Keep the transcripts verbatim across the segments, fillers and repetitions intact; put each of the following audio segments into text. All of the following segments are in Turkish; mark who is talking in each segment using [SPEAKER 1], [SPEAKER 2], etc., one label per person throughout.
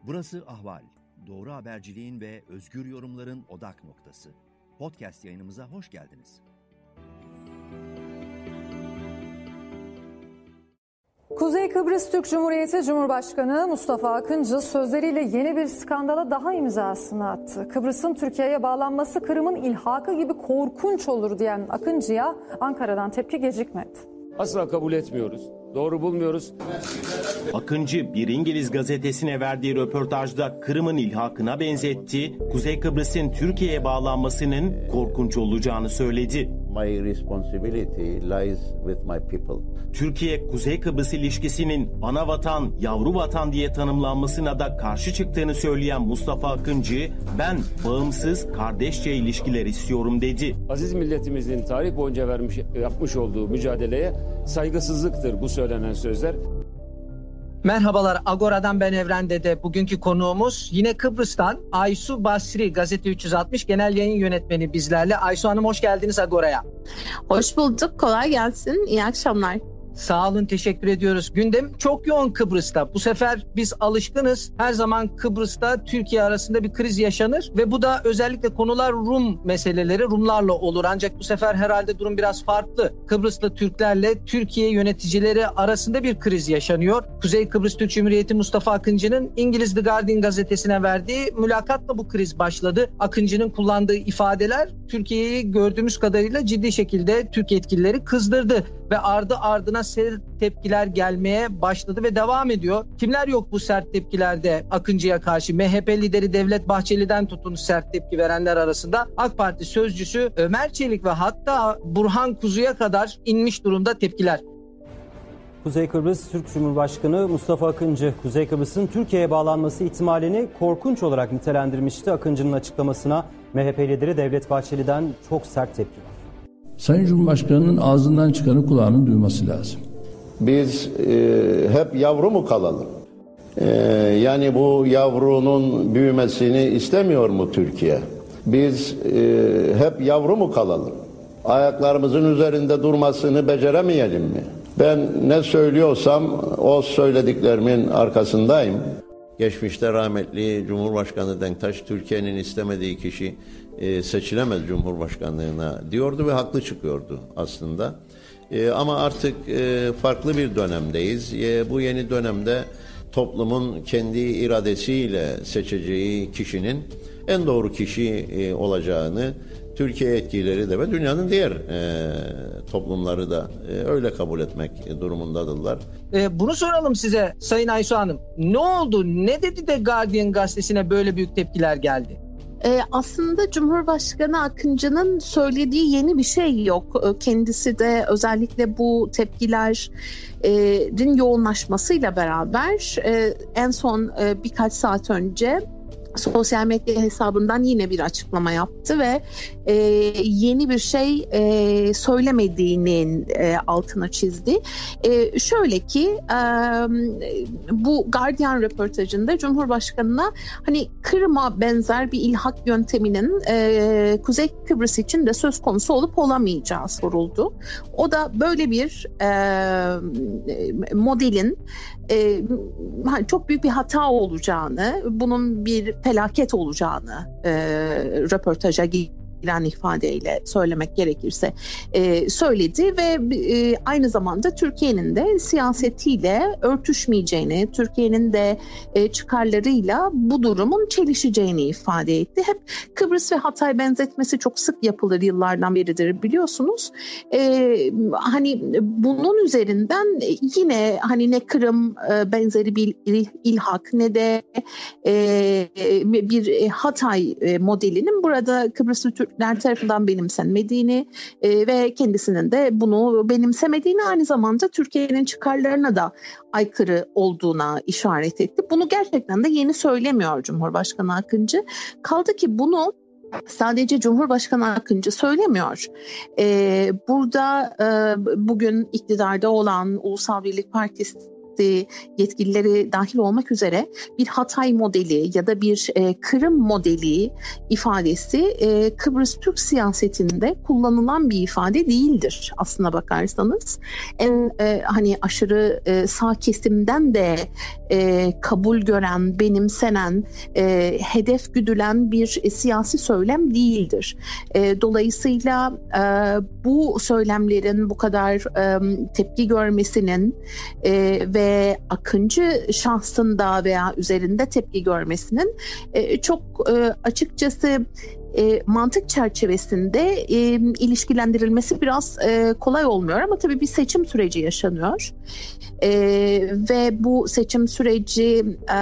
[SPEAKER 1] Burası Ahval. Doğru haberciliğin ve özgür yorumların odak noktası. Podcast yayınımıza hoş geldiniz.
[SPEAKER 2] Kuzey Kıbrıs Türk Cumhuriyeti Cumhurbaşkanı Mustafa Akıncı sözleriyle yeni bir skandala daha imzasını attı. Kıbrıs'ın Türkiye'ye bağlanması Kırım'ın ilhakı gibi korkunç olur diyen Akıncı'ya Ankara'dan tepki gecikmedi.
[SPEAKER 3] Asla kabul etmiyoruz. Doğru bulmuyoruz.
[SPEAKER 4] Akıncı bir İngiliz gazetesine verdiği röportajda Kırım'ın ilhakına benzetti, Kuzey Kıbrıs'ın Türkiye'ye bağlanmasının korkunç olacağını söyledi.
[SPEAKER 5] My responsibility lies with my people.
[SPEAKER 4] Türkiye-Kuzey Kıbrıs ilişkisinin ana vatan, yavru vatan diye tanımlanmasına da karşı çıktığını söyleyen Mustafa Akıncı, ben bağımsız, kardeşçe ilişkiler istiyorum dedi.
[SPEAKER 3] Aziz milletimizin tarih boyunca vermiş, yapmış olduğu mücadeleye saygısızlıktır bu söylenen sözler.
[SPEAKER 6] Merhabalar, Agora'dan ben Evren Dede. Bugünkü konuğumuz yine Kıbrıs'tan Aysu Basri, Gazete üç yüz altmış Genel Yayın Yönetmeni bizlerle. Aysu Hanım hoş geldiniz Agora'ya.
[SPEAKER 7] Hoş bulduk, kolay gelsin, iyi akşamlar.
[SPEAKER 6] Sağ olun, teşekkür ediyoruz. Gündem çok yoğun Kıbrıs'ta. Bu sefer biz alışkınız. Her zaman Kıbrıs'ta Türkiye arasında bir kriz yaşanır ve bu da özellikle konular Rum meseleleri, Rumlarla olur. Ancak bu sefer herhalde durum biraz farklı. Kıbrıslı Türklerle Türkiye yöneticileri arasında bir kriz yaşanıyor. Kuzey Kıbrıs Türk Cumhuriyeti Mustafa Akıncı'nın İngiliz The Guardian gazetesine verdiği mülakatla bu kriz başladı. Akıncı'nın kullandığı ifadeler Türkiye'yi gördüğümüz kadarıyla ciddi şekilde Türk yetkilileri kızdırdı ve ardı ardına sert tepkiler gelmeye başladı ve devam ediyor. Kimler yok bu sert tepkilerde Akıncı'ya karşı? M H P lideri Devlet Bahçeli'den tutun sert tepki verenler arasında AK Parti sözcüsü Ömer Çelik ve hatta Burhan Kuzu'ya kadar inmiş durumda tepkiler.
[SPEAKER 8] Kuzey Kıbrıs Türk Cumhurbaşkanı Mustafa Akıncı, Kuzey Kıbrıs'ın Türkiye'ye bağlanması ihtimalini korkunç olarak nitelendirmişti. Akıncı'nın açıklamasına M H P lideri Devlet Bahçeli'den çok sert tepki var.
[SPEAKER 9] Sayın Cumhurbaşkanı'nın ağzından çıkanı kulağının duyması lazım.
[SPEAKER 5] Biz e, hep yavru mu kalalım? E, yani bu yavrunun büyümesini istemiyor mu Türkiye? Biz e, hep yavru mu kalalım? Ayaklarımızın üzerinde durmasını beceremeyelim mi? Ben ne söylüyorsam o söylediklerimin arkasındayım. Geçmişte rahmetli Cumhurbaşkanı Denktaş, Türkiye'nin istemediği kişi e, seçilemez Cumhurbaşkanlığına diyordu ve haklı çıkıyordu aslında. E, ama artık e, farklı bir dönemdeyiz. E, bu yeni dönemde toplumun kendi iradesiyle seçeceği kişinin en doğru kişi e, olacağını Türkiye yetkilileri de ve dünyanın diğer e, toplumları da e, öyle kabul etmek durumundadırlar.
[SPEAKER 6] E, bunu soralım size Sayın Aysu Hanım. Ne oldu? Ne dedi de Guardian gazetesine böyle büyük tepkiler geldi?
[SPEAKER 7] Ee, aslında Cumhurbaşkanı Akıncı'nın söylediği yeni bir şey yok. Kendisi de özellikle bu tepkilerin yoğunlaşmasıyla beraber e, en son e, birkaç saat önce sosyal medya hesabından yine bir açıklama yaptı ve e, yeni bir şey e, söylemediğinin e, altını çizdi. E, şöyle ki e, bu Guardian röportajında Cumhurbaşkanı'na hani Kırım'a benzer bir ilhak yönteminin e, Kuzey Kıbrıs için de söz konusu olup olamayacağı soruldu. O da böyle bir e, modelin e, çok büyük bir hata olacağını, bunun bir felaket olacağını e, röportaja giren ifadeyle söylemek gerekirse e, söyledi ve e, aynı zamanda Türkiye'nin de siyasetiyle örtüşmeyeceğini, Türkiye'nin de e, çıkarlarıyla bu durumun çelişeceğini ifade etti. Hep Kıbrıs ve Hatay benzetmesi çok sık yapılır, yıllardan beridir biliyorsunuz. E, hani bunun üzerinden yine hani ne Kırım e, benzeri bir ilhak ne de e, bir Hatay e, modelinin burada Kıbrıslı Türkler tarafından benimsenmediğini e, ve kendisinin de bunu benimsemediğini, aynı zamanda Türkiye'nin çıkarlarına da aykırı olduğuna işaret etti. Bunu gerçekten de yeni söylemiyor Cumhurbaşkanı Akıncı. Kaldı ki bunu sadece Cumhurbaşkanı Akıncı söylemiyor. Ee, burada e, bugün iktidarda olan Ulusal Birlik Partisi etti yetkilileri dahil olmak üzere bir Hatay modeli ya da bir e, Kırım modeli ifadesi e, Kıbrıs Türk siyasetinde kullanılan bir ifade değildir aslına bakarsanız. En e, hani aşırı e, sağ kesimden de e, kabul gören, benimsenen, e, hedef güdülen bir e, siyasi söylem değildir. E, dolayısıyla e, bu söylemlerin bu kadar e, tepki görmesinin e, ve Akıncı şahsında veya üzerinde tepki görmesinin e, çok e, açıkçası E, mantık çerçevesinde e, ilişkilendirilmesi biraz e, kolay olmuyor ama tabii bir seçim süreci yaşanıyor e, ve bu seçim süreci e,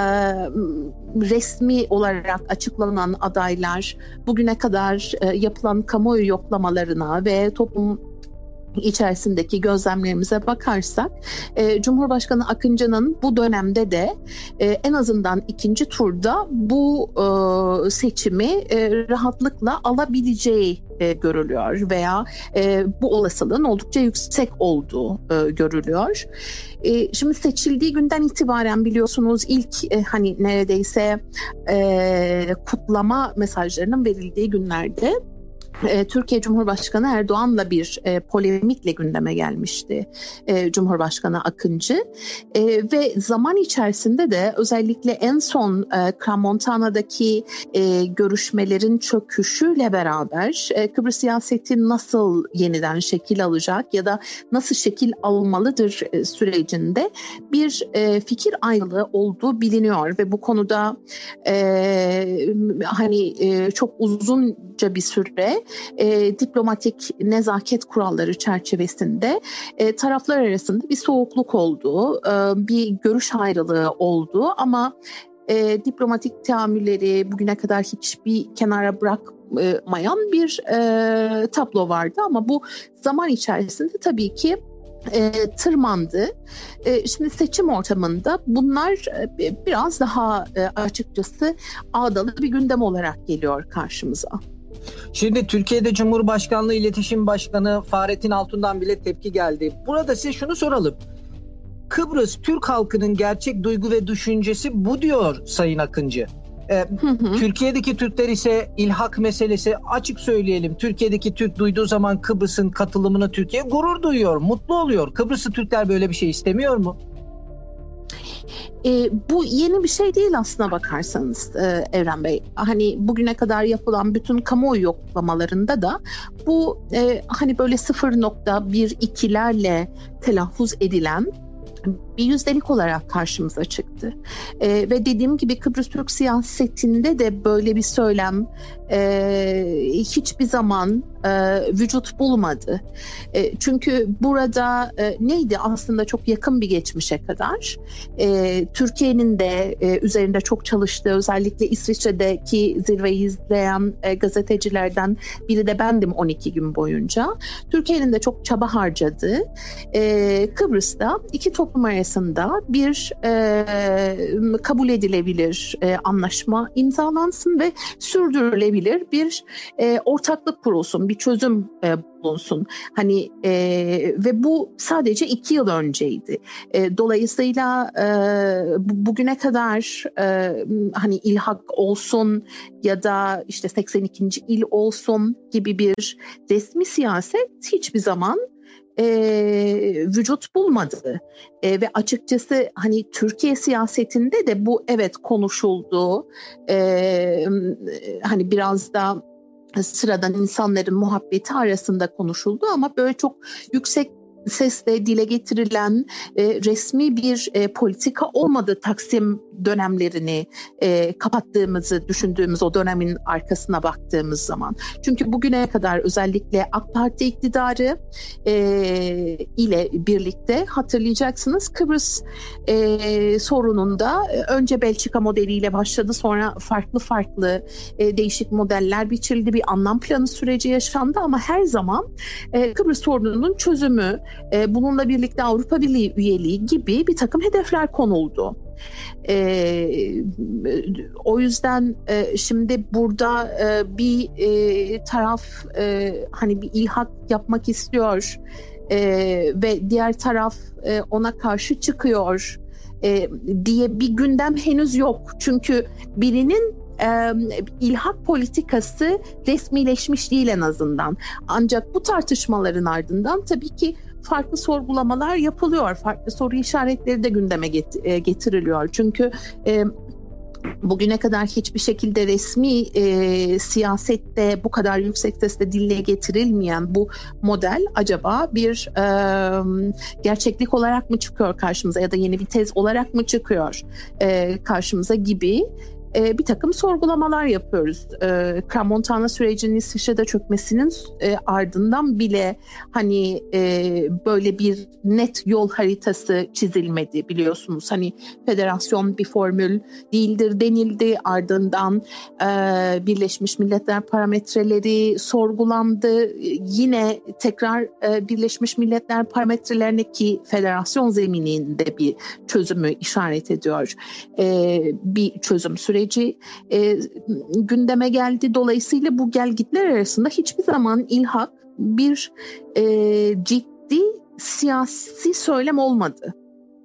[SPEAKER 7] resmi olarak açıklanan adaylar bugüne kadar e, yapılan kamuoyu yoklamalarına ve toplum içerisindeki gözlemlerimize bakarsak e, Cumhurbaşkanı Akıncı'nın bu dönemde de e, en azından ikinci turda bu e, seçimi e, rahatlıkla alabileceği e, görülüyor veya e, bu olasılığın oldukça yüksek olduğu e, görülüyor. E, şimdi seçildiği günden itibaren biliyorsunuz ilk e, hani neredeyse e, kutlama mesajlarının verildiği günlerde Türkiye Cumhurbaşkanı Erdoğan'la bir e, polemikle gündeme gelmişti e, Cumhurbaşkanı Akıncı e, ve zaman içerisinde de özellikle en son e, Crans-Montana'daki e, görüşmelerin çöküşüyle beraber e, Kıbrıs siyaseti nasıl yeniden şekil alacak ya da nasıl şekil almalıdır e, sürecinde bir e, fikir ayrılığı olduğu biliniyor ve bu konuda e, hani e, çok uzunca bir süre E, diplomatik nezaket kuralları çerçevesinde e, taraflar arasında bir soğukluk oldu, e, bir görüş ayrılığı oldu ama e, diplomatik teamülleri bugüne kadar hiçbir kenara bırakmayan bir e, tablo vardı ama bu zaman içerisinde tabii ki E, tırmandı. E, şimdi seçim ortamında bunlar e, biraz daha e, açıkçası ağdalı bir gündem olarak geliyor karşımıza.
[SPEAKER 6] Şimdi Türkiye'de Cumhurbaşkanlığı İletişim Başkanı Fahrettin Altun'dan bile tepki geldi. Burada size şunu soralım. Kıbrıs Türk halkının gerçek duygu ve düşüncesi bu diyor Sayın Akıncı. Ee, hı hı. Türkiye'deki Türkler ise ilhak meselesi, açık söyleyelim. Türkiye'deki Türk duyduğu zaman Kıbrıs'ın katılımını Türkiye gurur duyuyor, mutlu oluyor. Kıbrıslı Türkler böyle bir şey istemiyor mu?
[SPEAKER 7] E, bu yeni bir şey değil aslına bakarsanız e, Evren Bey. Hani bugüne kadar yapılan bütün kamuoyu yoklamalarında da bu e, hani böyle sıfır nokta bir ikilerle telaffuz edilen bir yüzdelik olarak karşımıza çıktı. E, ve dediğim gibi Kıbrıs Türk siyasetinde de böyle bir söylem e, hiçbir zaman e, vücut bulmadı. E, çünkü burada e, neydi aslında çok yakın bir geçmişe kadar e, Türkiye'nin de e, üzerinde çok çalıştığı, özellikle İsviçre'deki zirveyi izleyen e, gazetecilerden biri de bendim on iki gün boyunca. Türkiye'nin de çok çaba harcadığı e, Kıbrıs'ta iki toplum arasında bir e, kabul edilebilir e, anlaşma imzalansın ve sürdürülebilir bir e, ortaklık kurulsun, bir çözüm e, bulunsun. Hani e, ve bu sadece iki yıl önceydi. E, dolayısıyla e, bugüne kadar e, hani ilhak olsun ya da işte seksen ikinci il olsun gibi bir resmi siyaset hiçbir zaman E, vücut bulmadı e, ve açıkçası hani Türkiye siyasetinde de bu evet konuşuldu, e, hani biraz da sıradan insanların muhabbeti arasında konuşuldu ama böyle çok yüksek sesle dile getirilen e, resmi bir e, politika olmadı. Taksim dönemlerini e, kapattığımızı düşündüğümüz o dönemin arkasına baktığımız zaman. Çünkü bugüne kadar özellikle AK Parti iktidarı e, ile birlikte hatırlayacaksınız Kıbrıs e, sorununda önce Belçika modeliyle başladı, sonra farklı farklı e, değişik modeller biçildi, bir anlam planı süreci yaşandı ama her zaman e, Kıbrıs sorununun çözümü, e, bununla birlikte Avrupa Birliği üyeliği gibi bir takım hedefler konuldu. Ee, o yüzden e, şimdi burada e, bir e, taraf e, hani bir ilhak yapmak istiyor e, ve diğer taraf e, ona karşı çıkıyor e, diye bir gündem henüz yok. Çünkü birinin e, ilhak politikası resmileşmiş değil en azından. Ancak bu tartışmaların ardından tabii ki farklı sorgulamalar yapılıyor. Farklı soru işaretleri de gündeme getiriliyor. Çünkü e, bugüne kadar hiçbir şekilde resmi e, siyasette bu kadar yüksek sesle dile getirilmeyen bu model acaba bir e, gerçeklik olarak mı çıkıyor karşımıza ya da yeni bir tez olarak mı çıkıyor e, karşımıza gibi e, bir takım sorgulamalar yapıyoruz. E, Crans-Montana sürecinin İsviçre'de çökmesinin e, ardından bile hani e, böyle bir net yol haritası çizilmedi biliyorsunuz. Hani federasyon bir formül değildir denildi. Ardından e, Birleşmiş Milletler parametreleri sorgulandı. Yine tekrar e, Birleşmiş Milletler parametrelerine ki federasyon zemininde bir çözümü işaret ediyor. E, bir çözüm süreci E, gündeme geldi. Dolayısıyla bu gelgitler arasında hiçbir zaman ilhak bir e, ciddi siyasi söylem olmadı.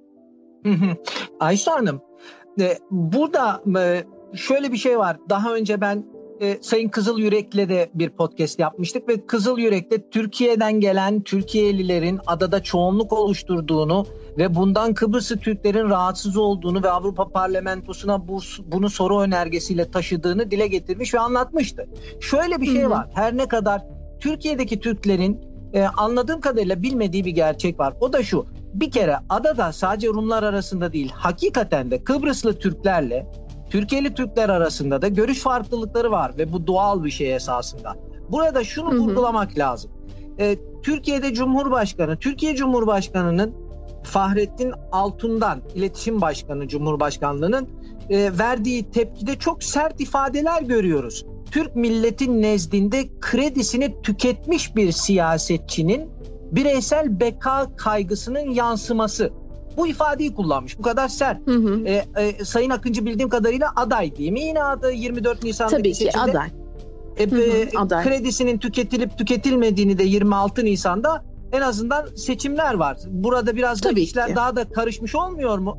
[SPEAKER 6] Ayşe Hanım, e, burada e, şöyle bir şey var. Daha önce ben e, Sayın Kızılyürek'le de bir podcast yapmıştık ve Kızılyürek'te Türkiye'den gelen Türkiye'lilerin adada çoğunluk oluşturduğunu ve bundan Kıbrıslı Türklerin rahatsız olduğunu ve Avrupa Parlamentosu'na bu, bunu soru önergesiyle taşıdığını dile getirmiş ve anlatmıştı. Şöyle bir şey Hı-hı. var. Her ne kadar Türkiye'deki Türklerin e, anladığım kadarıyla bilmediği bir gerçek var. O da şu. Bir kere adada sadece Rumlar arasında değil, hakikaten de Kıbrıslı Türklerle Türkiye'li Türkler arasında da görüş farklılıkları var ve bu doğal bir şey esasında. Burada şunu Hı-hı. vurgulamak lazım. E, Türkiye'de Cumhurbaşkanı, Türkiye Cumhurbaşkanı'nın Fahrettin Altun'dan, İletişim Başkanı Cumhurbaşkanlığı'nın e, verdiği tepkide çok sert ifadeler görüyoruz. Türk milletin nezdinde kredisini tüketmiş bir siyasetçinin bireysel beka kaygısının yansıması. Bu ifadeyi kullanmış. Bu kadar sert. Hı hı. E, e, Sayın Akıncı bildiğim kadarıyla aday değil mi? Yine aday yirmi dört Nisan'daki
[SPEAKER 7] Tabii ki
[SPEAKER 6] seçimde.
[SPEAKER 7] aday.
[SPEAKER 6] E, hı hı, aday. Kredisinin tüketilip tüketilmediğini de yirmi altı Nisan'da en azından seçimler var. Burada biraz da işler daha da karışmış olmuyor mu?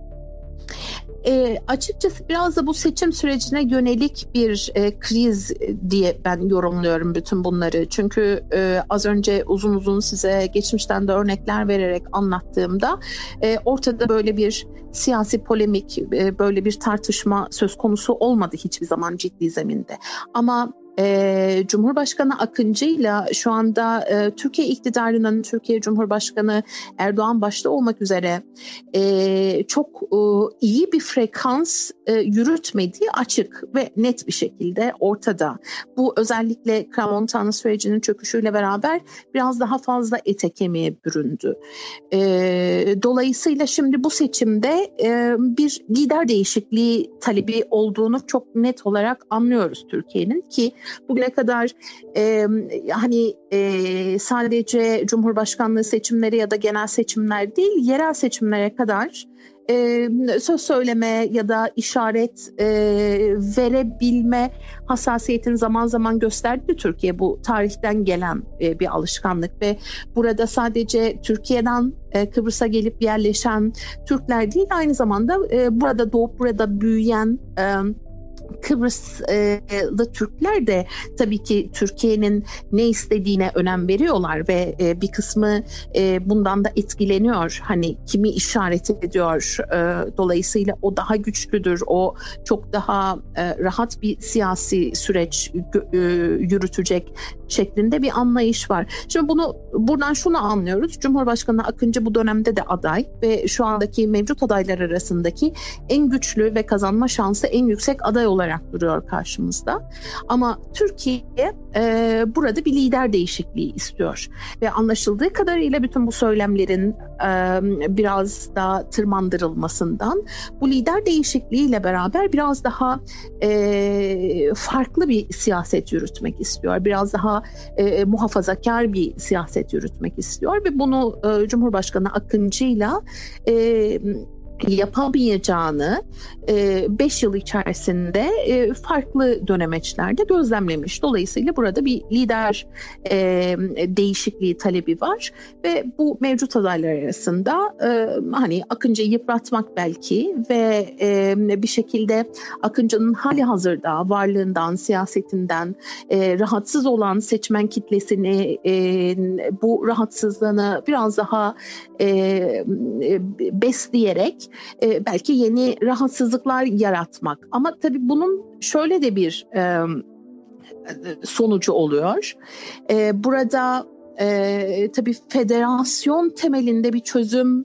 [SPEAKER 7] E, açıkçası biraz da bu seçim sürecine yönelik bir e, kriz diye ben yorumluyorum bütün bunları. Çünkü e, az önce uzun uzun size geçmişten de örnekler vererek anlattığımda e, ortada böyle bir siyasi polemik, e, böyle bir tartışma söz konusu olmadı hiçbir zaman ciddi zeminde. Ama Ee, Cumhurbaşkanı Akıncı'yla şu anda e, Türkiye iktidarının, Türkiye Cumhurbaşkanı Erdoğan başta olmak üzere e, çok e, iyi bir frekans e, yürütmediği açık ve net bir şekilde ortada. Bu özellikle Crans-Montana sürecinin çöküşüyle beraber biraz daha fazla ete kemiğe büründü. E, dolayısıyla şimdi bu seçimde e, bir lider değişikliği talebi olduğunu çok net olarak anlıyoruz Türkiye'nin ki bugüne kadar e, hani e, sadece Cumhurbaşkanlığı seçimleri ya da genel seçimler değil, yerel seçimlere kadar e, söz söyleme ya da işaret e, verebilme hassasiyetini zaman zaman gösterdi Türkiye. Bu tarihten gelen e, bir alışkanlık ve burada sadece Türkiye'den e, Kıbrıs'a gelip yerleşen Türkler değil, aynı zamanda e, burada doğup burada büyüyen e, Kıbrıslı Türkler de tabii ki Türkiye'nin ne istediğine önem veriyorlar ve bir kısmı bundan da etkileniyor. Hani kimi işaret ediyor. Dolayısıyla o daha güçlüdür. O çok daha rahat bir siyasi süreç yürütecek şeklinde bir anlayış var. Şimdi bunu buradan şunu anlıyoruz. Cumhurbaşkanı Akıncı bu dönemde de aday ve şu andaki mevcut adaylar arasındaki en güçlü ve kazanma şansı en yüksek aday olarak duruyor karşımızda. Ama Türkiye e, burada bir lider değişikliği istiyor. Ve anlaşıldığı kadarıyla bütün bu söylemlerin e, biraz daha tırmandırılmasından bu lider değişikliğiyle beraber biraz daha e, farklı bir siyaset yürütmek istiyor. Biraz daha e, muhafazakar bir siyaset yürütmek istiyor ve bunu e, Cumhurbaşkanı Akıncı'yla e, yapamayacağını beş yıl içerisinde e, farklı dönemeçlerde gözlemlemiş. Dolayısıyla burada bir lider e, değişikliği talebi var ve bu mevcut adaylar arasında e, hani Akıncı'yı yıpratmak belki ve e, bir şekilde Akıncı'nın hali hazırda varlığından, siyasetinden e, rahatsız olan seçmen kitlesini e, bu rahatsızlığını biraz daha e, besleyerek e, belki yeni rahatsızlıklar yaratmak. Ama tabii bunun şöyle de bir e, sonucu oluyor. E, burada e, tabii federasyon temelinde bir çözüm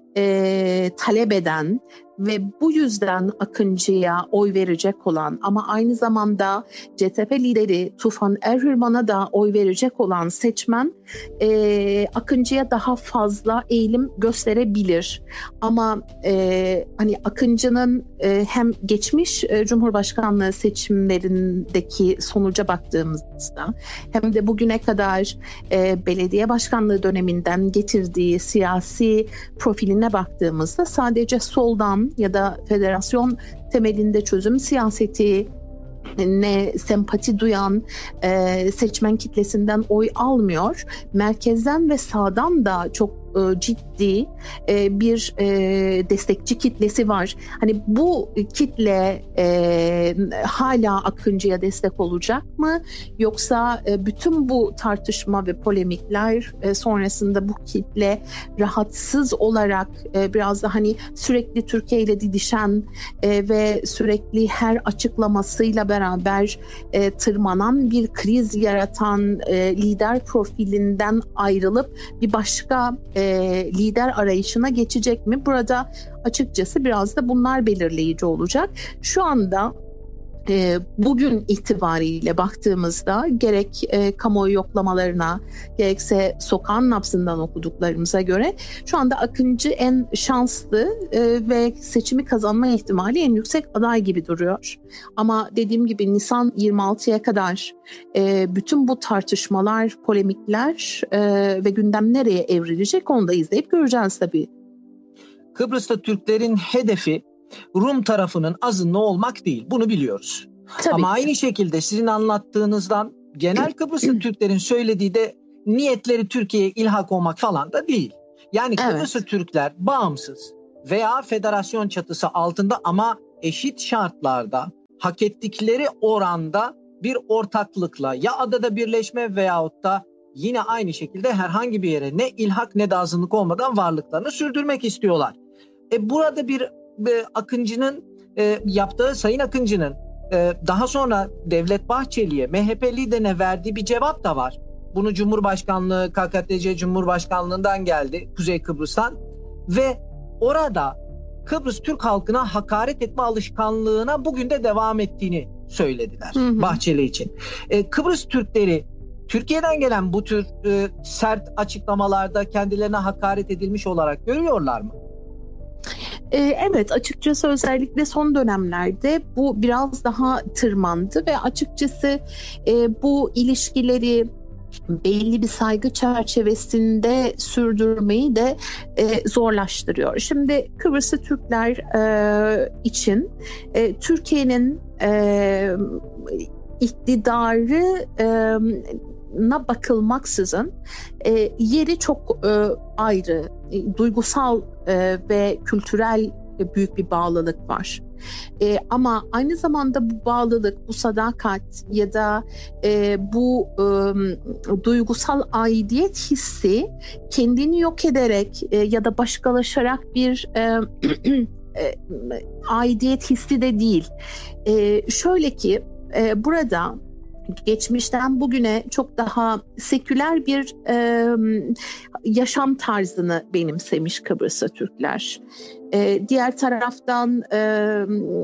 [SPEAKER 7] e, talep eden ve bu yüzden Akıncı'ya oy verecek olan ama aynı zamanda C T P lideri Tufan Erhürman'a da oy verecek olan seçmen e, Akıncı'ya daha fazla eğilim gösterebilir. Ama e, hani Akıncı'nın e, hem geçmiş e, Cumhurbaşkanlığı seçimlerindeki sonuca baktığımızda hem de bugüne kadar e, belediye başkanlığı döneminden getirdiği siyasi profiline baktığımızda sadece soldan ya da federasyon temelinde çözüm siyaseti ne sempati duyan e, seçmen kitlesinden oy almıyor. Merkezden ve sağdan da çok e, ciddi e, bir e, destekçi kitlesi var. Hani bu kitle e, hala Akıncı'ya destek olacak mı? Yoksa e, bütün bu tartışma ve polemikler e, sonrasında bu kitle rahatsız olarak e, biraz da hani sürekli Türkiye ile didişen e, ve sürekli her açıklamasıyla beraber e, tırmanan bir kriz yaratan e, lider profilinden ayrılıp bir başka e, lider arayışına geçecek mi? Burada açıkçası biraz da bunlar belirleyici olacak. Şu anda e, bugün itibariyle baktığımızda gerek e, kamuoyu yoklamalarına gerekse sokağın nabzından okuduklarımıza göre şu anda Akıncı en şanslı e, ve seçimi kazanma ihtimali en yüksek aday gibi duruyor. Ama dediğim gibi Nisan yirmi altıya kadar e, bütün bu tartışmalar, polemikler e, ve gündem nereye evrilecek onu da izleyip göreceğiz tabii.
[SPEAKER 6] Kıbrıs'ta Türklerin hedefi Rum tarafının azınlığı olmak değil. Bunu biliyoruz. Tabii Ama ki. Aynı şekilde sizin anlattığınızdan genel Kıbrıs'ta Türklerin söylediği de niyetleri Türkiye'ye ilhak olmak falan da değil. Yani Kıbrıs'ta evet. Türkler bağımsız veya federasyon çatısı altında ama eşit şartlarda hak ettikleri oranda bir ortaklıkla ya adada birleşme veyahut da yine aynı şekilde herhangi bir yere ne ilhak ne de azınlık olmadan varlıklarını sürdürmek istiyorlar. E burada bir e, Akıncı'nın e, yaptığı Sayın Akıncı'nın e, daha sonra Devlet Bahçeli'ye M H P liderine verdiği bir cevap da var. Bunu Cumhurbaşkanlığı K K T C Cumhurbaşkanlığından geldi, Kuzey Kıbrıs'tan ve orada Kıbrıs Türk halkına hakaret etme alışkanlığına bugün de devam ettiğini söylediler. Hı hı. Bahçeli için. E, Kıbrıs Türkleri Türkiye'den gelen bu tür e, sert açıklamalarda kendilerine hakaret edilmiş olarak görüyorlar mı?
[SPEAKER 7] Evet, açıkçası özellikle son dönemlerde bu biraz daha tırmandı ve açıkçası bu ilişkileri belli bir saygı çerçevesinde sürdürmeyi de zorlaştırıyor. Şimdi Kıbrıslı Türkler için Türkiye'nin iktidarı na bakılmaksızın e, yeri çok e, ayrı, e, duygusal e, ve kültürel e, büyük bir bağlılık var. E, ama aynı zamanda bu bağlılık, bu sadakat ya da e, bu e, duygusal aidiyet hissi kendini yok ederek e, ya da başkalaşarak bir e, e, aidiyet hissi de değil. E, şöyle ki e, burada geçmişten bugüne çok daha seküler bir e, yaşam tarzını benimsemiş Kıbrıslı Türkler. E, diğer taraftan e,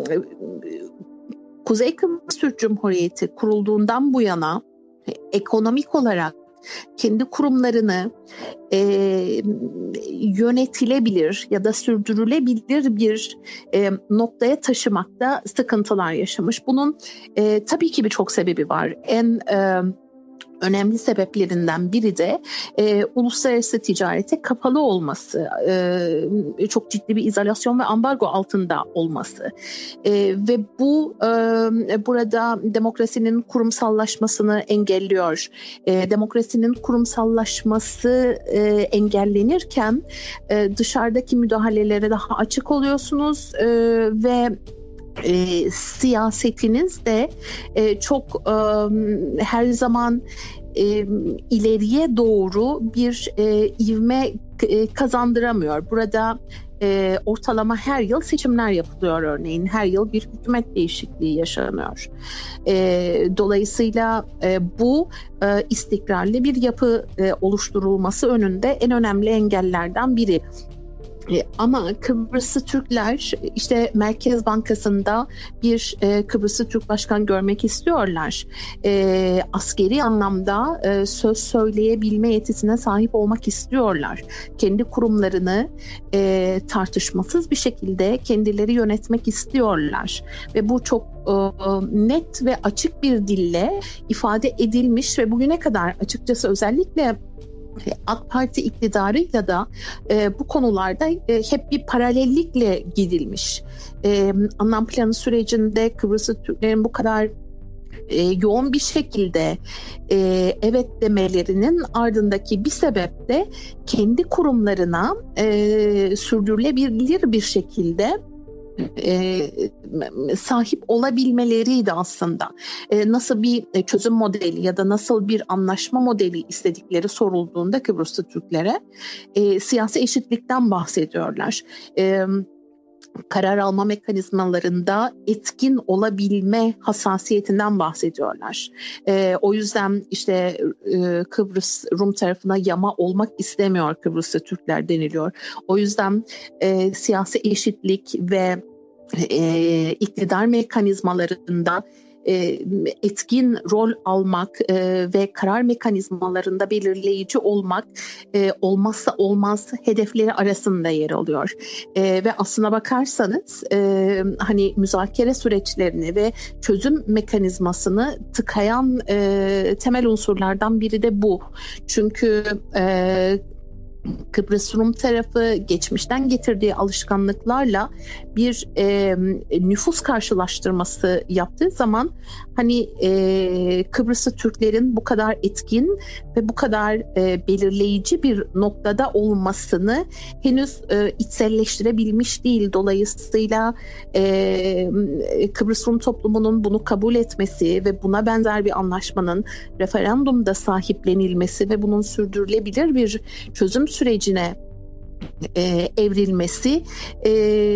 [SPEAKER 7] Kuzey Kıbrıs Türk Cumhuriyeti kurulduğundan bu yana e, ekonomik olarak kendi kurumlarını e, yönetilebilir ya da sürdürülebilir bir e, noktaya taşımakta sıkıntılar yaşamış. Bunun e, tabii ki birçok sebebi var. En e, önemli sebeplerinden biri de e, uluslararası ticarete kapalı olması, e, çok ciddi bir izolasyon ve ambargo altında olması e, ve bu e, burada demokrasinin kurumsallaşmasını engelliyor. E, demokrasinin kurumsallaşması e, engellenirken e, dışarıdaki müdahalelere daha açık oluyorsunuz e, ve E, siyasetiniz de e, çok e, her zaman e, ileriye doğru bir e, ivme e, kazandıramıyor. Burada e, ortalama her yıl seçimler yapılıyor örneğin. Her yıl bir hükümet değişikliği yaşanıyor. E, dolayısıyla e, bu e, istikrarlı bir yapı e, oluşturulması önünde en önemli engellerden biri. Ama Kıbrıslı Türkler işte Merkez Bankası'nda bir e, Kıbrıslı Türk Başkan görmek istiyorlar. E, askeri anlamda e, söz söyleyebilme yetisine sahip olmak istiyorlar. Kendi kurumlarını e, tartışmasız bir şekilde kendileri yönetmek istiyorlar. Ve bu çok e, net ve açık bir dille ifade edilmiş ve bugüne kadar açıkçası özellikle AK Parti iktidarıyla da e, bu konularda e, hep bir paralellikle gidilmiş. E, anlam planı sürecinde Kıbrıslı Türklerin bu kadar e, yoğun bir şekilde e, evet demelerinin ardındaki bir sebep de kendi kurumlarına e, sürdürülebilir bir şekilde E, sahip olabilmeleriydi aslında. E, nasıl bir çözüm modeli ya da nasıl bir anlaşma modeli istedikleri sorulduğunda Kıbrıslı Türklere e, siyasi eşitlikten bahsediyorlar. E, karar alma mekanizmalarında etkin olabilme hassasiyetinden bahsediyorlar. E, o yüzden işte e, Kıbrıs Rum tarafına yama olmak istemiyor Kıbrıslı Türkler deniliyor. O yüzden e, siyasi eşitlik ve e, iktidar mekanizmalarında e, etkin rol almak e, ve karar mekanizmalarında belirleyici olmak e, olmazsa olmaz hedefleri arasında yer alıyor. E, ve aslına bakarsanız e, hani müzakere süreçlerini ve çözüm mekanizmasını tıkayan e, temel unsurlardan biri de bu. Çünkü e, Kıbrıs Rum tarafı geçmişten getirdiği alışkanlıklarla bir e, nüfus karşılaştırması yaptığı zaman hani e, Kıbrıslı Türklerin bu kadar etkin ve bu kadar e, belirleyici bir noktada olmasını henüz e, içselleştirebilmiş değil. Dolayısıyla e, Kıbrıs Rum toplumunun bunu kabul etmesi ve buna benzer bir anlaşmanın referandumda sahiplenilmesi ve bunun sürdürülebilir bir çözüm sürecine e, evrilmesi e,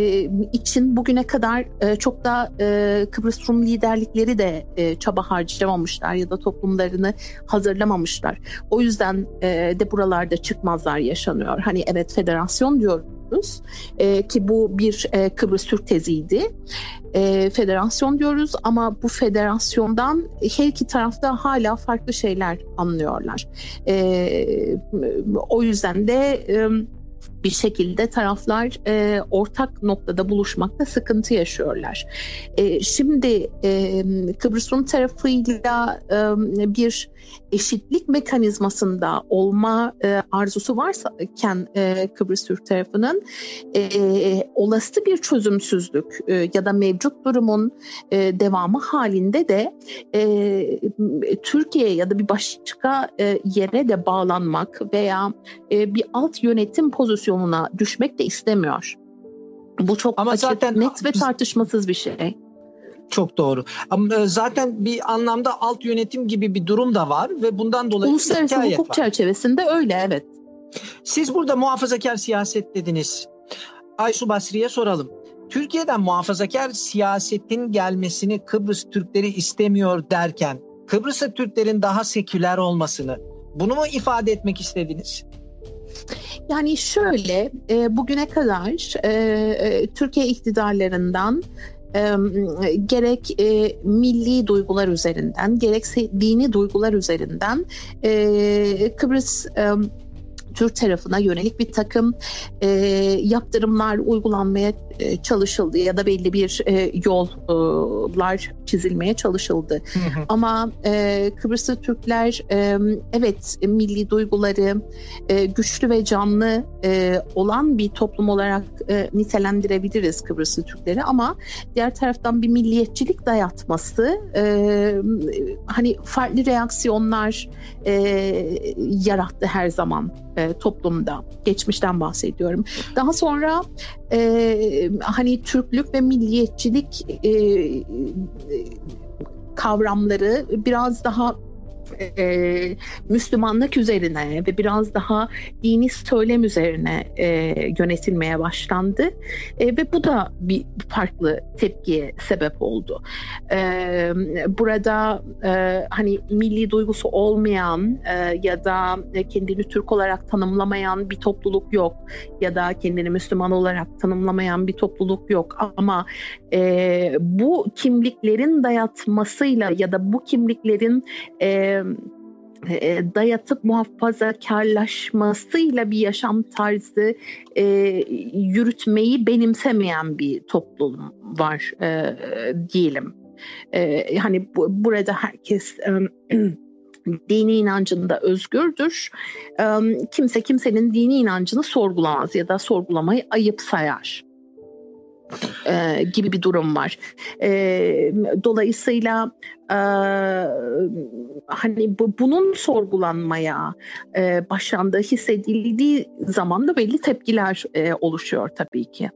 [SPEAKER 7] için bugüne kadar e, çok da e, Kıbrıs Rum liderlikleri de e, çaba harcamamışlar ya da toplumlarını hazırlamamışlar. O yüzden e, de buralarda çıkmazlar yaşanıyor. Hani evet federasyon diyoruz e, ki bu bir e, Kıbrıs Türk teziydi. E, federasyon diyoruz ama bu federasyondan her iki tarafta hala farklı şeyler anlıyorlar. E, o yüzden de e, bir şekilde taraflar e, ortak noktada buluşmakta sıkıntı yaşıyorlar. E, şimdi e, Kıbrıs Rum tarafıyla e, bir eşitlik mekanizmasında olma e, arzusu varken e, Kıbrıs Türk tarafının e, olası bir çözümsüzlük e, ya da mevcut durumun e, devamı halinde de e, Türkiye ya da bir başka e, yere de bağlanmak veya e, bir alt yönetim pozisyonuna düşmek de istemiyor. Bu çok
[SPEAKER 6] Ama
[SPEAKER 7] açık,
[SPEAKER 6] zaten
[SPEAKER 7] net ve tartışmasız bir şey.
[SPEAKER 6] Çok doğru. Ama zaten bir anlamda alt yönetim gibi bir durum da var ve bundan dolayı
[SPEAKER 7] uluslararası hukuk var. Çerçevesinde öyle, evet.
[SPEAKER 6] Siz burada muhafazakar siyaset dediniz. Aysu Basri'ye soralım. Türkiye'den muhafazakar siyasetin gelmesini Kıbrıs Türkleri istemiyor derken Kıbrıs'ta Türklerin daha seküler olmasını, bunu mu ifade etmek istediniz?
[SPEAKER 7] Yani şöyle, e, bugüne kadar e, e, Türkiye iktidarlarından e, gerek e, milli duygular üzerinden, gerekse dini duygular üzerinden e, Kıbrıs e, Türk tarafına yönelik bir takım e, yaptırımlar uygulanmaya e, çalışıldı ya da belli bir e, yollar çizilmeye çalışıldı. Hı hı. Ama e, Kıbrıslı Türkler e, evet milli duyguları e, güçlü ve canlı e, olan bir toplum olarak e, nitelendirebiliriz Kıbrıslı Türkleri, ama diğer taraftan bir milliyetçilik dayatması e, hani farklı reaksiyonlar e, yarattı her zaman e, toplumda. Geçmişten bahsediyorum. Daha sonra e, hani Türklük ve milliyetçilik e, e, kavramları biraz daha e, Müslümanlık üzerine ve biraz daha dini söylem üzerine e, yönetilmeye başlandı e, ve bu da bir farklı tepkiye sebep oldu. E, burada e, hani milli duygusu olmayan e, ya da kendini Türk olarak tanımlamayan bir topluluk yok ya da kendini Müslüman olarak tanımlamayan bir topluluk yok, ama e, bu kimliklerin dayatmasıyla ya da bu kimliklerin e, dayatıp muhafazakarlaşmasıyla bir yaşam tarzı e, yürütmeyi benimsemeyen bir toplum var e, diyelim. E, hani bu, burada herkes e, dini inancında özgürdür. E, kimse kimsenin dini inancını sorgulamaz ya da sorgulamayı ayıp sayar. Ee, gibi bir durum var. Ee, dolayısıyla e, hani bu, bunun sorgulanmaya e, başlandığı hissedildiği zaman da belli tepkiler e, oluşuyor tabii ki.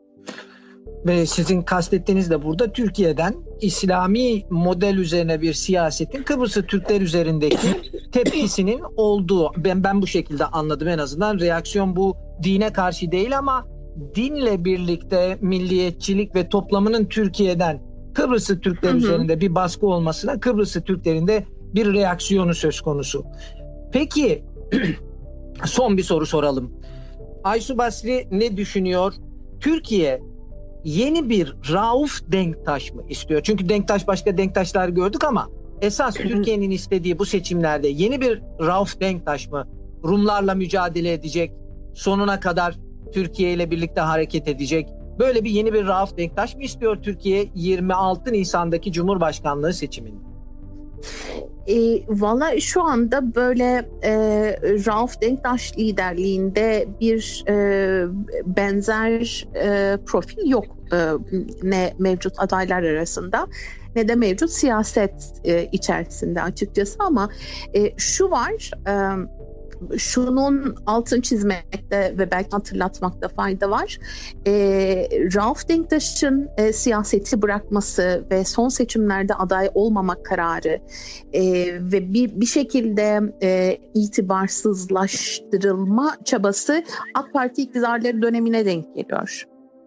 [SPEAKER 6] Ve sizin kastettiğiniz de burada Türkiye'den İslami model üzerine bir siyasetin Kıbrıslı Türkler üzerindeki tepkisinin olduğu. Ben ben bu şekilde anladım en azından. Reaksiyon bu dine karşı değil, ama dinle birlikte milliyetçilik ve toplamının Türkiye'den Kıbrıslı Türkler hı hı. üzerinde bir baskı olmasına Kıbrıslı Türklerin de bir reaksiyonu söz konusu. Peki son bir soru soralım. Aysu Basri ne düşünüyor? Türkiye yeni bir Rauf Denktaş mı istiyor? Çünkü Denktaş başka Denktaşlar gördük, ama esas Türkiye'nin istediği bu seçimlerde yeni bir Rauf Denktaş mı Rumlarla mücadele edecek, sonuna kadar Türkiye ile birlikte hareket edecek? Böyle bir yeni bir Rauf Denktaş mı istiyor Türkiye yirmi altı Nisan'daki Cumhurbaşkanlığı seçiminde?
[SPEAKER 7] E, Valla şu anda böyle e, Rauf Denktaş liderliğinde bir e, benzer e, profil yok e, ne mevcut adaylar arasında ne de mevcut siyaset e, içerisinde açıkçası, ama e, şu var. E, Şunun altını çizmekte ve belki hatırlatmakta fayda var. E, Rauf Denktaş'ın e, siyaseti bırakması ve son seçimlerde aday olmamak kararı e, ve bir, bir şekilde e, itibarsızlaştırılma çabası AK Parti iktidarları dönemine denk geliyor.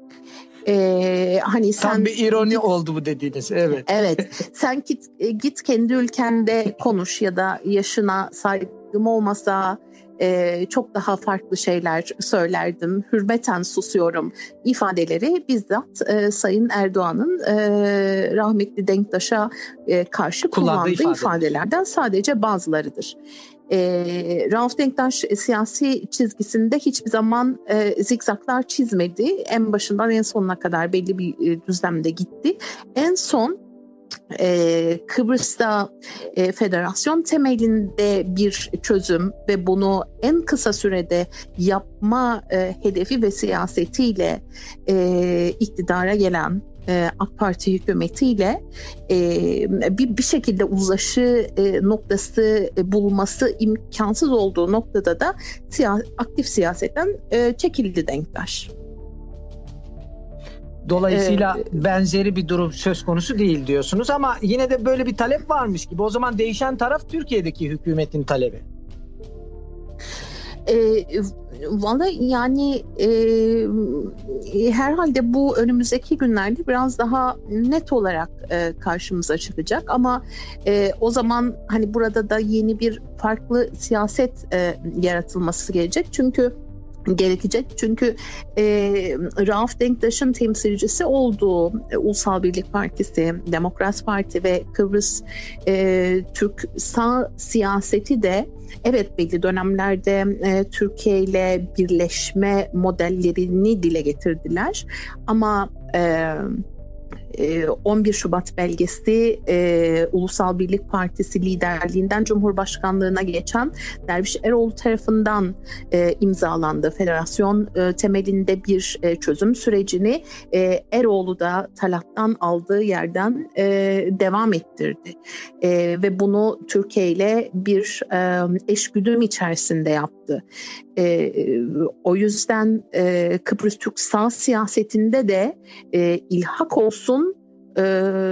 [SPEAKER 7] Ee, hani
[SPEAKER 6] Tam
[SPEAKER 7] sen
[SPEAKER 6] bir ironi
[SPEAKER 7] git,
[SPEAKER 6] oldu bu dediğiniz. Evet.
[SPEAKER 7] Evet. Sen git, git kendi ülkende konuş ya da yaşına saygım olmasa e, çok daha farklı şeyler söylerdim. Hürmeten susuyorum ifadeleri bizzat e, Sayın Erdoğan'ın e, rahmetli Denktaş'a e, karşı kullandığı, kullandığı ifadelerden sadece bazılarıdır. E, Rauf Denktaş e, siyasi çizgisinde hiçbir zaman e, zikzaklar çizmedi. En başından en sonuna kadar belli bir e, düzlemde gitti. En son e, Kıbrıs'ta e, federasyon temelinde bir çözüm ve bunu en kısa sürede yapma e, hedefi ve siyasetiyle e, iktidara gelen E, AK Parti hükümetiyle e, bir, bir şekilde uzlaşı e, noktası e, bulması imkansız olduğu noktada da siya- aktif siyasetten e, çekildi Denktaş.
[SPEAKER 6] Dolayısıyla ee, benzeri bir durum söz konusu değil diyorsunuz, ama yine de böyle bir talep varmış gibi. O zaman değişen taraf Türkiye'deki hükümetin talebi.
[SPEAKER 7] E, Valla yani e, herhalde bu önümüzdeki günlerde biraz daha net olarak e, karşımıza çıkacak, ama e, o zaman hani burada da yeni bir farklı siyaset e, yaratılması gelecek. Çünkü gerekecek. Çünkü e, Rauf Denktaş'ın temsilcisi olduğu e, Ulusal Birlik Partisi, Demokrat Parti ve Kıbrıs e, Türk sağ siyaseti de evet belli dönemlerde e, Türkiye ile birleşme modellerini dile getirdiler. Ama e, on bir Şubat belgesi e, Ulusal Birlik Partisi liderliğinden Cumhurbaşkanlığına geçen Derviş Eroğlu tarafından e, imzalandı. Federasyon e, temelinde bir e, çözüm sürecini e, Eroğlu da Talat'tan aldığı yerden e, devam ettirdi. E, ve bunu Türkiye ile bir e, eşgüdüm içerisinde yaptı. E, o yüzden e, Kıbrıs Türk sağ siyasetinde de e, ilhak olsun e,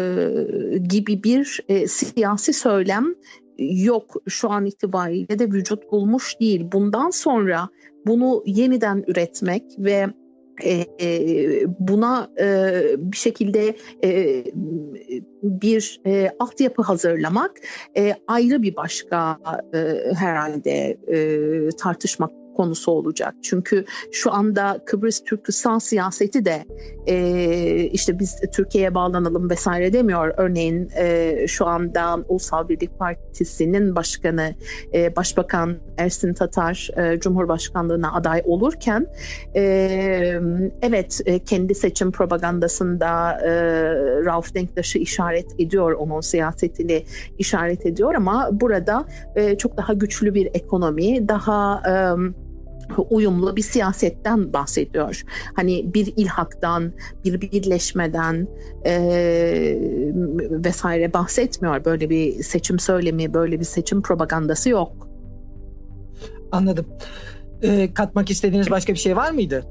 [SPEAKER 7] gibi bir e, siyasi söylem yok. Şu an itibariyle de vücut bulmuş değil. Bundan sonra bunu yeniden üretmek ve e, e, buna e, bir şekilde e, bir e, altyapı hazırlamak e, ayrı bir başka e, herhalde e, tartışmak konusu olacak. Çünkü şu anda Kıbrıs Türk sağ siyaseti de e, işte biz Türkiye'ye bağlanalım vesaire demiyor. Örneğin e, şu anda Ulusal Birlik Partisi'nin başkanı e, Başbakan Ersin Tatar e, Cumhurbaşkanlığına aday olurken e, evet e, kendi seçim propagandasında e, Rauf Denktaş'ı işaret ediyor, onun siyasetini işaret ediyor ama burada e, çok daha güçlü bir ekonomi, daha e, uyumlu bir siyasetten bahsediyor. Hani bir ilhaktan, bir birleşmeden e, vesaire bahsetmiyor. Böyle bir seçim söylemi, böyle bir seçim propagandası yok.
[SPEAKER 6] Anladım. Ee, katmak istediğiniz başka bir şey var mıydı?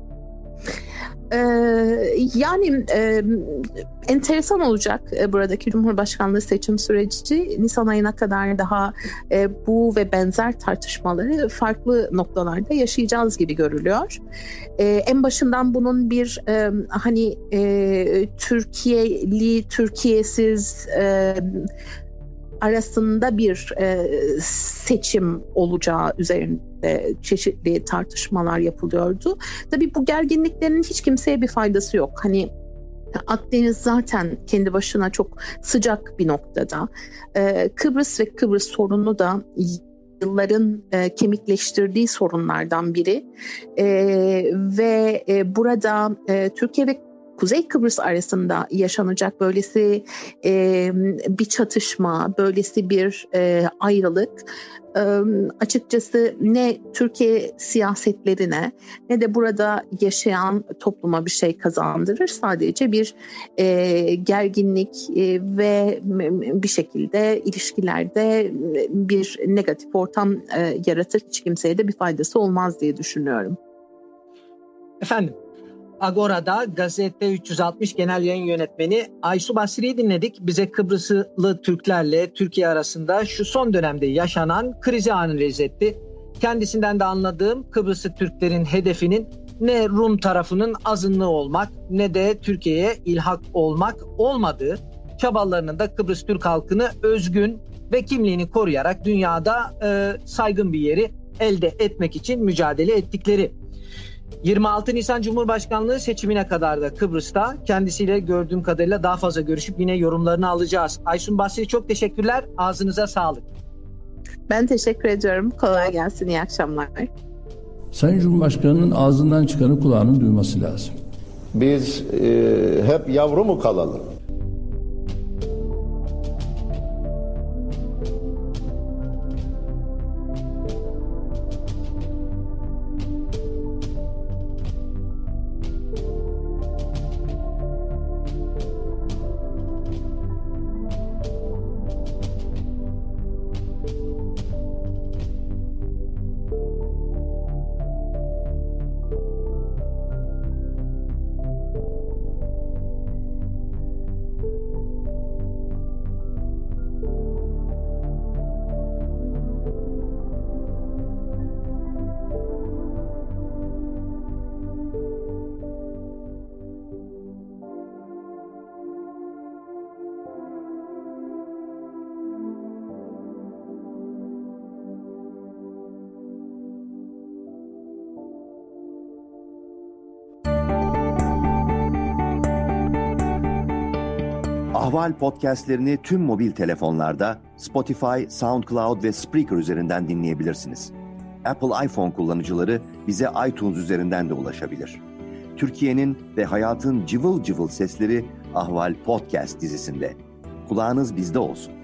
[SPEAKER 7] Ee, yani e, enteresan olacak e, buradaki Cumhurbaşkanlığı seçim süreci. Nisan ayına kadar daha e, bu ve benzer tartışmaları farklı noktalarda yaşayacağız gibi görülüyor. E, en başından bunun bir e, hani e, Türkiye'li, Türkiye'siz e, arasında bir e, seçim olacağı üzerinde çeşitli tartışmalar yapılıyordu. Tabii bu gerginliklerin hiç kimseye bir faydası yok. Hani Akdeniz zaten kendi başına çok sıcak bir noktada. E, Kıbrıs ve Kıbrıs sorunu da yılların e, kemikleştirdiği sorunlardan biri. E, ve e, burada e, Türkiye ve Kuzey Kıbrıs arasında yaşanacak böylesi e, bir çatışma, böylesi bir e, ayrılık e, açıkçası ne Türkiye siyasetlerine ne de burada yaşayan topluma bir şey kazandırır. Sadece bir e, gerginlik e, ve bir şekilde ilişkilerde bir negatif ortam e, yaratır. Hiç kimseye de bir faydası olmaz diye düşünüyorum.
[SPEAKER 6] Efendim? Agora'da Gazete üç yüz altmış Genel Yayın Yönetmeni Aysu Basri'yi dinledik. Bize Kıbrıslı Türklerle Türkiye arasında şu son dönemde yaşanan krizi analiz etti. Kendisinden de anladığım Kıbrıslı Türklerin hedefinin ne Rum tarafının azınlığı olmak ne de Türkiye'ye ilhak olmak olmadığı, çabalarının da Kıbrıs Türk halkını özgün ve kimliğini koruyarak dünyada e, saygın bir yeri elde etmek için mücadele ettikleri. yirmi altı Nisan Cumhurbaşkanlığı seçimine kadar da Kıbrıs'ta kendisiyle gördüğüm kadarıyla daha fazla görüşüp yine yorumlarını alacağız. Aysun Basri çok teşekkürler. Ağzınıza sağlık.
[SPEAKER 7] Ben teşekkür ediyorum. Kolay gelsin. İyi akşamlar.
[SPEAKER 9] Sayın Cumhurbaşkanı'nın ağzından çıkanı kulağının duyması lazım.
[SPEAKER 5] Biz e, hep yavru mu kalalım?
[SPEAKER 1] Ahval podcastlerini tüm mobil telefonlarda Spotify, SoundCloud ve Spreaker üzerinden dinleyebilirsiniz. Apple iPhone kullanıcıları bize iTunes üzerinden de ulaşabilir. Türkiye'nin ve hayatın cıvıl cıvıl sesleri Ahval Podcast dizisinde. Kulağınız bizde olsun.